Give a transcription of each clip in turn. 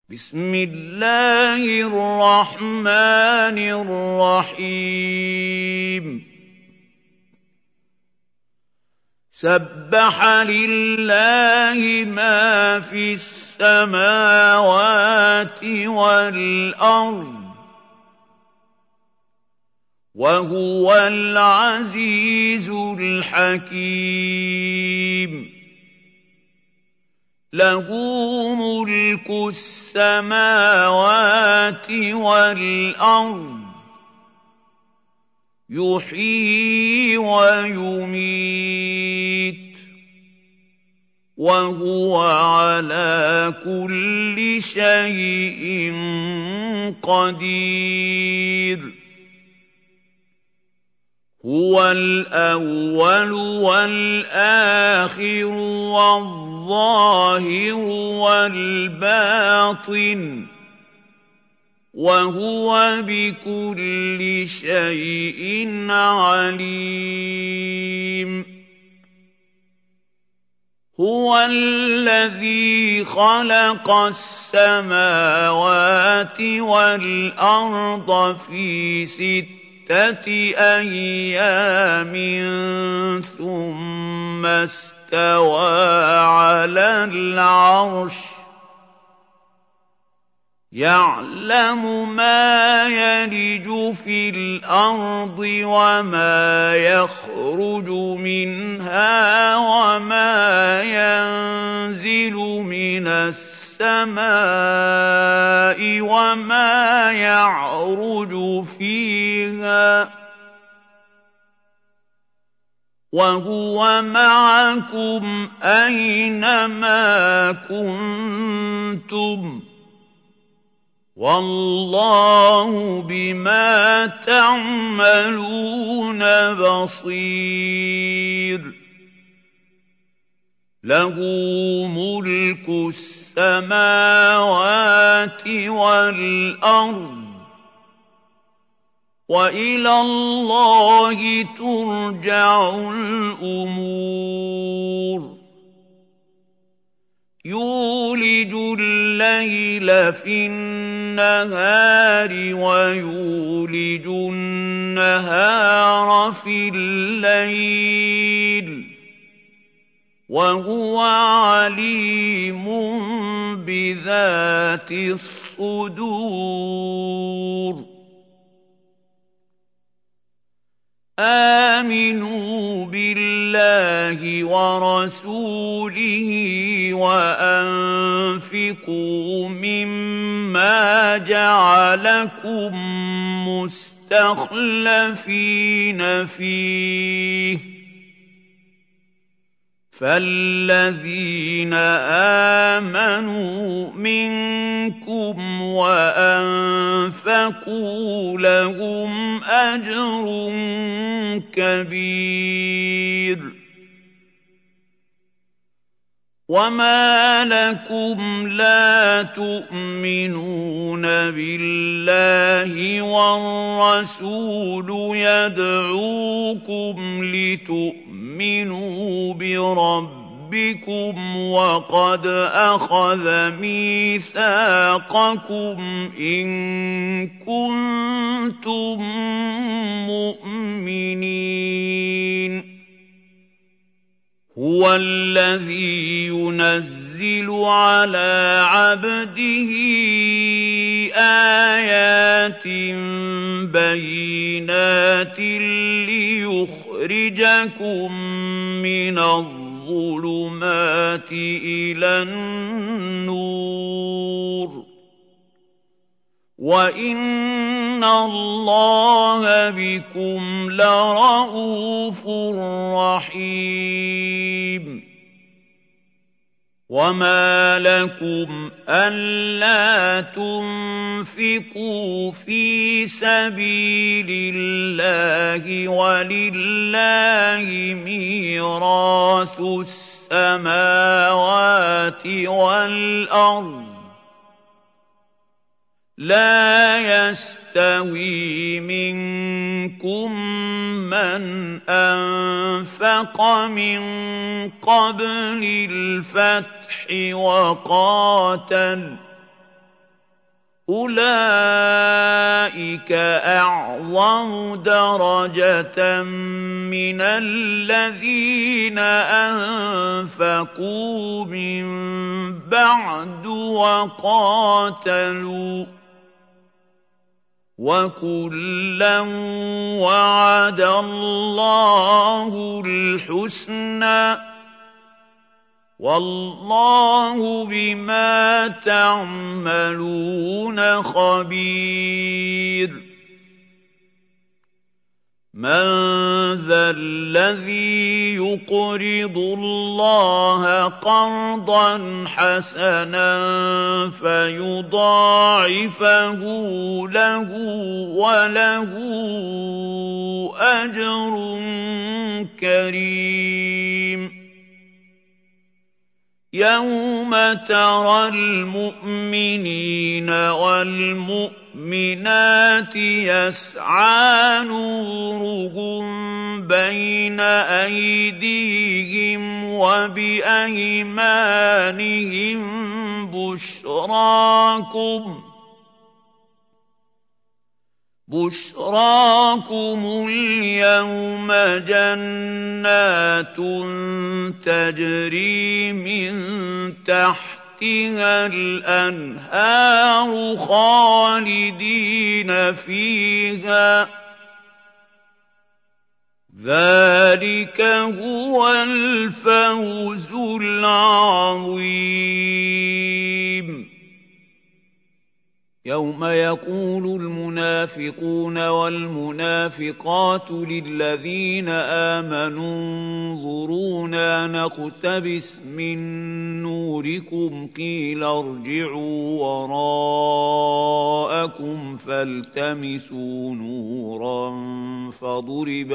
بسم الله الرحمن الرحيم سبح لله ما في السماوات والأرض وهو العزيز الحكيم له ملك السماوات والأرض يحيي ويميت وهو على كل شيء قدير هو الأول والآخر والظاهر والباطن وهو بكل شيء عليم هو الذي خلق السماوات والأرض في 6 أيام ثم استوى على العرش يعلم ما يلج في الأرض وما يخرج منها وما ينزل من السماء وما يعرج فيها وهو معكم أينما كنتم والله بما تعملون بصير له ملك السماوات والأرض وإلى الله ترجع الأمور يولج الليل في النهار ويولج النهار في الليل وهو عليم بذات الصدور آمنوا بالله ورسوله وأنفقوا مما جعلكم مستخلفين فيه فالذين آمنوا منكم وأنفقوا لهم أجر كبير وما لكم لا تؤمنون بالله والرسول يدعوكم لتؤمنوا بربكم وقد أخذ ميثاقكم إن كنتم مؤمنين هو الذي ينزل على عبده آيات بينات ليخرجكم من الظلمات إلى النور وإن الله بكم لرءوف رحيم وما لكم ألا تنفقوا في سبيل الله ولله ميراث السماوات والأرض لا يستوي منكم من أنفق من قبل الفتح وقاتل أُولَٰئِكَ أَعْظَمُ دَرَجَةً مِّنَ الَّذِينَ أَنفَقُوا مِن بَعْدُ وَقَاتَلُوا ۚ وَكُلًّا وَعَدَ اللَّهُ الْحُسْنَىٰ ۚ وَاللَّهُ بِمَا تَعْمَلُونَ خَبِيرٌ مَّن ذَا الَّذِي يُقْرِضُ اللَّهَ قَرْضًا حَسَنًا فَيُضَاعِفَهُ لَهُ وَلَهُ أَجْرٌ كَرِيمٌ يَوْمَ تَرَى الْمُؤْمِنِينَ وَالْمُؤْمِنَاتِ يَسْعَىٰ نُورُهُم بَيْنَ أَيْدِيهِمْ وَبِأَيْمَانِهِم بُشْرَاكُمُ الْيَوْمَ جَنَّاتٌ تَجْرِي مِن تَحْتِهَا الْأَنْهَارُ خَالِدِينَ فِيهَا ۚ ذَٰلِكَ هُوَ الْفَوْزُ الْعَظِيمُ يَوْمَ يَقُولُ الْمُنَافِقُونَ وَالْمُنَافِقَاتُ لِلَّذِينَ آمَنُوا انظُرُونَا نَقْتَبِسْ مِن نُّورِكُمْ قِيلَ ارْجِعُوا وَرَاءَكُمْ فَالْتَمِسُوا نُورًا فَضُرِبَ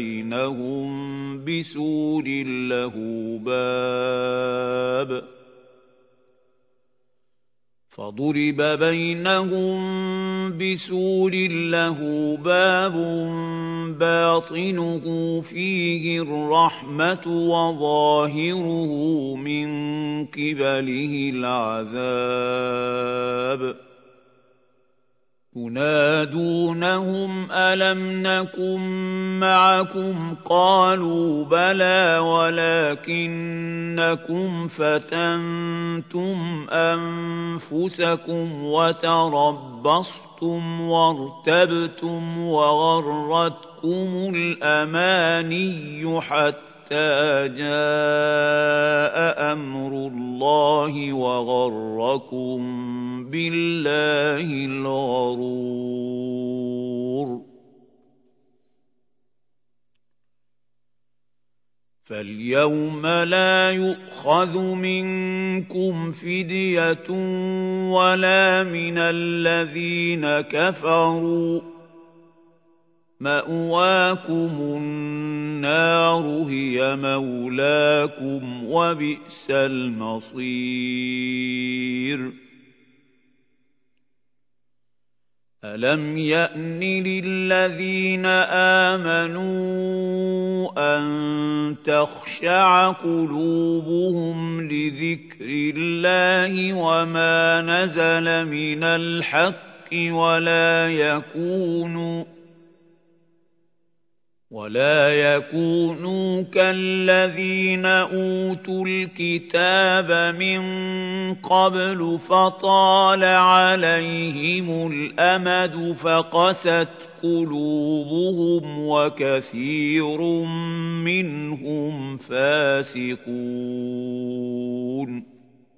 بَيْنَهُم بِسُورٍ لَّهُ بَابٌ بَاطِنُهُ فِيهِ الرَّحْمَةُ وَظَاهِرُهُ مِن قِبَلِهِ الْعَذَابُ يُنَادُونَهُمْ أَلَمْ نَكُن مَّعَكُمْ ۖ قَالُوا بَلَىٰ وَلَٰكِنَّكُمْ فَتَنتُمْ أَنفُسَكُمْ وَتَرَبَّصْتُمْ وَارْتَبْتُمْ وَغَرَّتْكُمُ الْأَمَانِيُّ حَتَّىٰ جَاءَ أَمْرُ اللَّهِ وَغَرَّكُم بِاللَّهِ الْغَرُورُ فَالْيَوْمَ لَا يُؤْخَذُ مِنكُمْ فِدْيَةٌ وَلَا مِنَ الَّذِينَ كَفَرُوا ۚ مَأْوَاكُمُ النَّارُ هِيَ مَوْلَاكُمْ ۖ وَبِئْسَ الْمَصِيرُ أَلَمْ يَأْنِ لِلَّذِينَ آمَنُوا أَن تَخْشَعَ قُلُوبُهُمْ لِذِكْرِ اللَّهِ وَمَا نَزَلَ مِنَ الْحَقِّ وَلَا يَكُونُوا كَالَّذِينَ أُوتُوا الْكِتَابَ مِن قَبْلُ فَطَالَ عَلَيْهِمُ الْأَمَدُ فَقَسَتْ قُلُوبُهُمْ وَكَثِيرٌ مِّنْهُمْ فَاسِقُونَ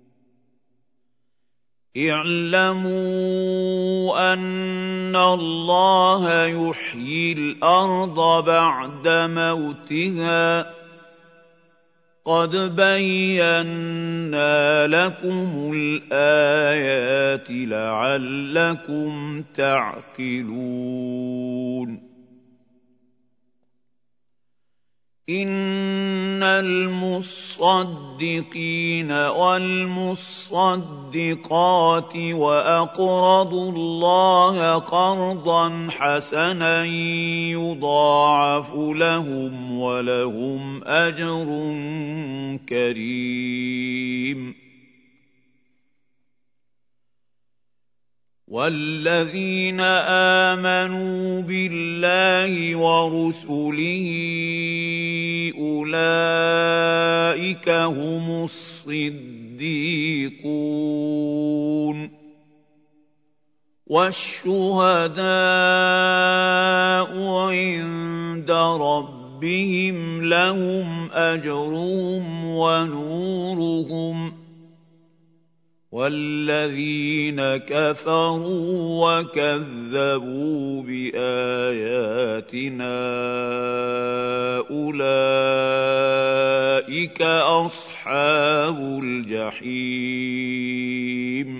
اعْلَمُوا أَنَّ اللَّهَ يُحْيِي الْأَرْضَ بَعْدَ مَوْتِهَا ۚ قَدْ بَيَّنَّا لَكُمُ الْآيَاتِ لَعَلَّكُمْ تَعْقِلُونَ إِنَّ الْمُصَّدِّقِينَ وَالْمُصَّدِّقَاتِ وَأَقْرَضُوا اللَّهَ قَرْضًا حَسَنًا يُضَاعَفُ لَهُمْ وَلَهُمْ أَجْرٌ كَرِيمٌ. وَالَّذِينَ آمَنُوا بِاللَّهِ وَرُسُلِهِ أُولَٰئِكَ هُمُ الصِّدِّيقُونَ وَالشُّهَدَاءُ عِندَ رَبِّهِمْ لَهُمْ أَجْرُهُمْ وَنُورُهُمْ ۖ وَالَّذِينَ كَفَرُوا وَكَذَّبُوا بِآيَاتِنَا أُولَٰئِكَ أَصْحَابُ الْجَحِيمِ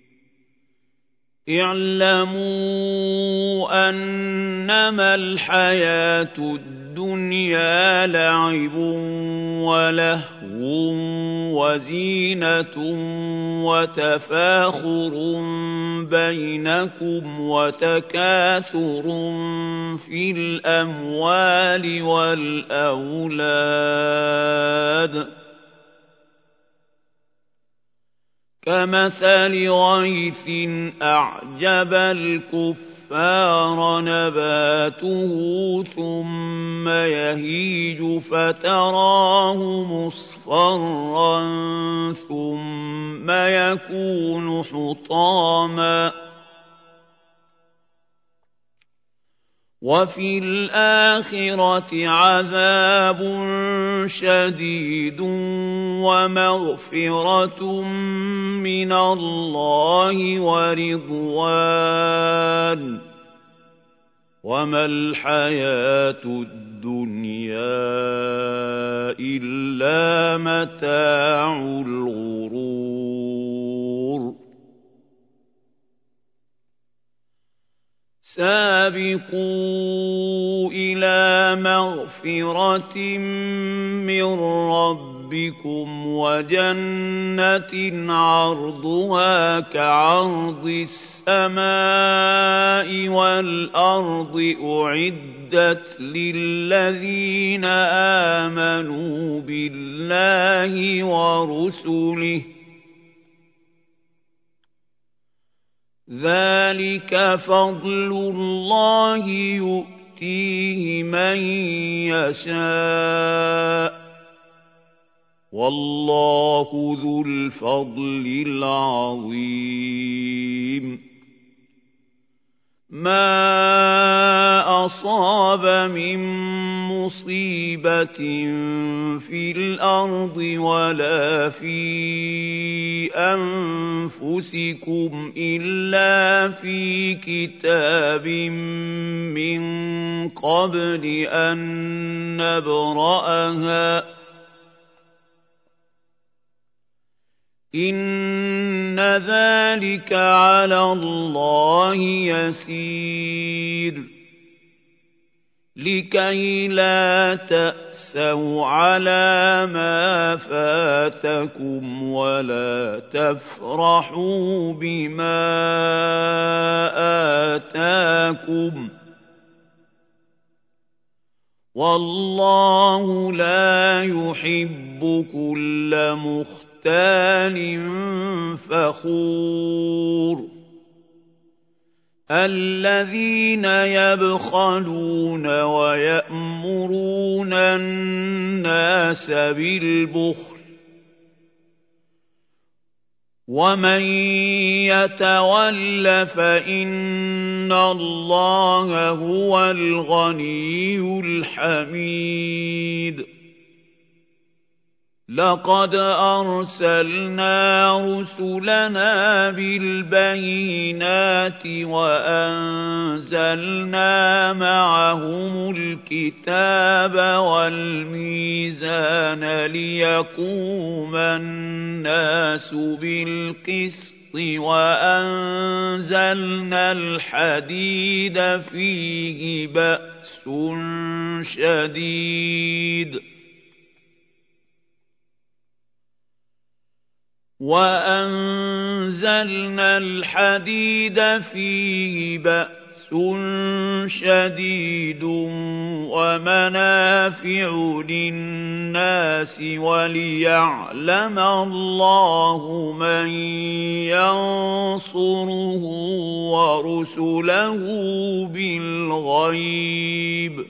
اعْلَمُوا أَنَّمَا الْحَيَاةُ الدُّنْيَا لَعِبٌ وَلَهْوٌ وَزِينَةٌ وَتَفَاخُرٌ بَيْنَكُمْ وَتَكَاثُرٌ فِي الْأَمْوَالِ وَالْأَوْلَادِ كَمَثَلِ غَيْثٍ أَعْجَبَ الْكُفَّارَ نَبَاتُهُ ثُمَّ يَهِيجُ فَتَرَاهُ مُصْفَرًّا ثُمَّ يَكُونُ حُطَامًا ۖ وَفِي الْآخِرَةِ عَذَابٌ شَدِيدٌ وَمَغْفِرَةٌ مِّنَ اللَّهِ وَرِضْوَانٌ ۚ وَمَا الْحَيَاةُ الدُّنْيَا إِلَّا مَتَاعُ الْغُرُورِ سَابِقُوا إِلَىٰ مَغْفِرَةٍ مِّن رَّبِّكُمْ وَجَنَّةٍ عَرْضُهَا كَعَرْضِ السَّمَاءِ وَالْأَرْضِ أُعِدَّتْ لِلَّذِينَ آمَنُوا بِاللَّهِ وَرُسُلِهِ ۚ ذَٰلِكَ فَضْلُ اللَّهِ يُؤْتِيهِ مَن يَشَاءُ ۚ وَاللَّهُ ذُو الْفَضْلِ الْعَظِيمِ مَا أَصَابَ مِن مُّصِيبَةٍ فِي الْأَرْضِ وَلَا فِي أَنفُسِكُمْ إِلَّا فِي كِتَابٍ مِّن قَبْلِ أَن نَّبْرَأَهَا ۚ إِنَّ ذَٰلِكَ عَلَى اللَّهِ يَسِيرٌ لِكَيْ لَا تَأْسَوْا عَلَىٰ مَا فَاتَكُمْ وَلَا تَفْرَحُوا بِمَا آتَاكُمْ ۗ وَاللَّهُ لَا يُحِبُّ كُلَّ مُخْتَالٍ فَخُورٍ الَّذِينَ يَبْخَلُونَ وَيَأْمُرُونَ النَّاسَ بِالْبُخْلِ ۗ وَمَن يَتَوَلَّ فَإِنَّ اللَّهَ هُوَ الْغَنِيُّ الْحَمِيدُ لَقَدْ أَرْسَلْنَا رُسُلَنَا بِالْبَيِّنَاتِ وَأَنزَلْنَا مَعَهُمُ الْكِتَابَ وَالْمِيزَانَ لِيَقُومَ النَّاسُ بِالْقِسْطِ وَأَنزَلْنَا الْحَدِيدَ فِيهِ بَأْسٌ شَدِيدٌ وَأَنزَلْنَا الْحَدِيدَ فِيهِ بَأْسٌ شديد ومنافع للناس وليعلم الله من ينصره ورسله بالغيب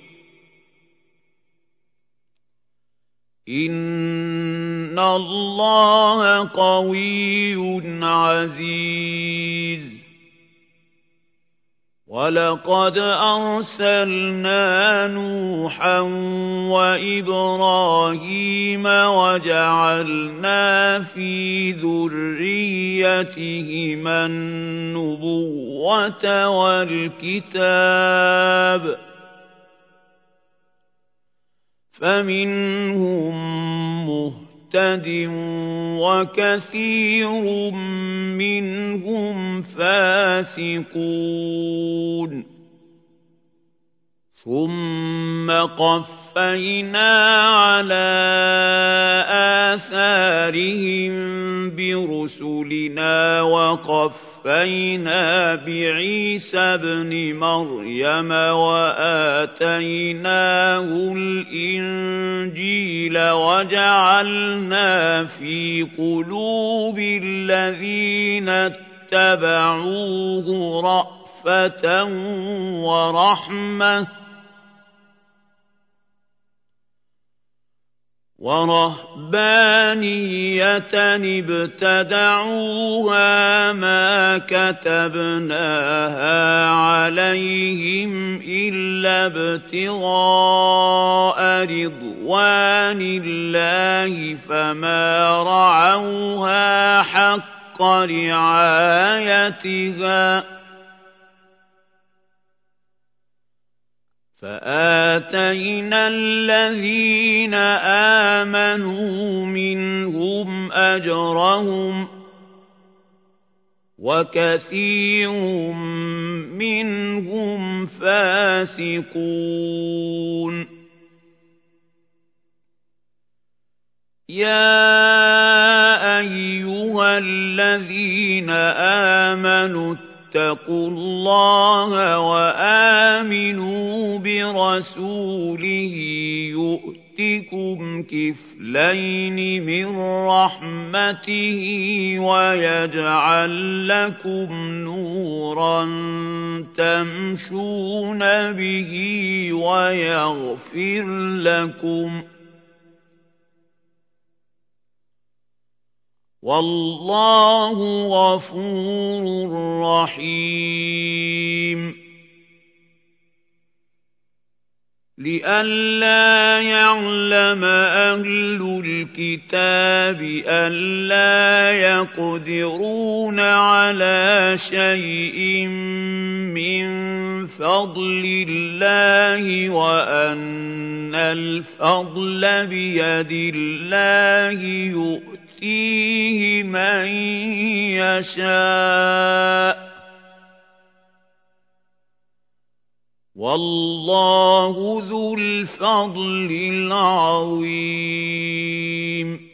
إن الله قوي عزيز ولقد أرسلنا نوحا وإبراهيم وجعلنا في ذريتهما النبوة والكتاب فمنهم مهتد وكثير منهم فاسقون ثم قفينا على آثارهم برسلنا وقفينا بعيسى ابن مريم وآتيناه الإنجيل وجعلنا في قلوب الذين اتبعوه رأفة ورهبانية ابتدعوها ما كتبناها عليهم إلا ابتغاء رضوان الله فما رعوها حق رعايتها فآتينا الذين آمنوا منهم أجرهم وكثير منهم فاسقون يا أيها الذين آمنوا اتقوا الله وآمنوا برسوله يؤتكم كفلين من رحمته ويجعل لكم نورا تمشون به ويغفر لكم والله غفور رحيم لئلا يعلم أهل الكتاب ألا يقدرون على شيء من فضل الله وأن الفضل بيد الله يؤتيه من يشاء والله ذو الفضل العظيم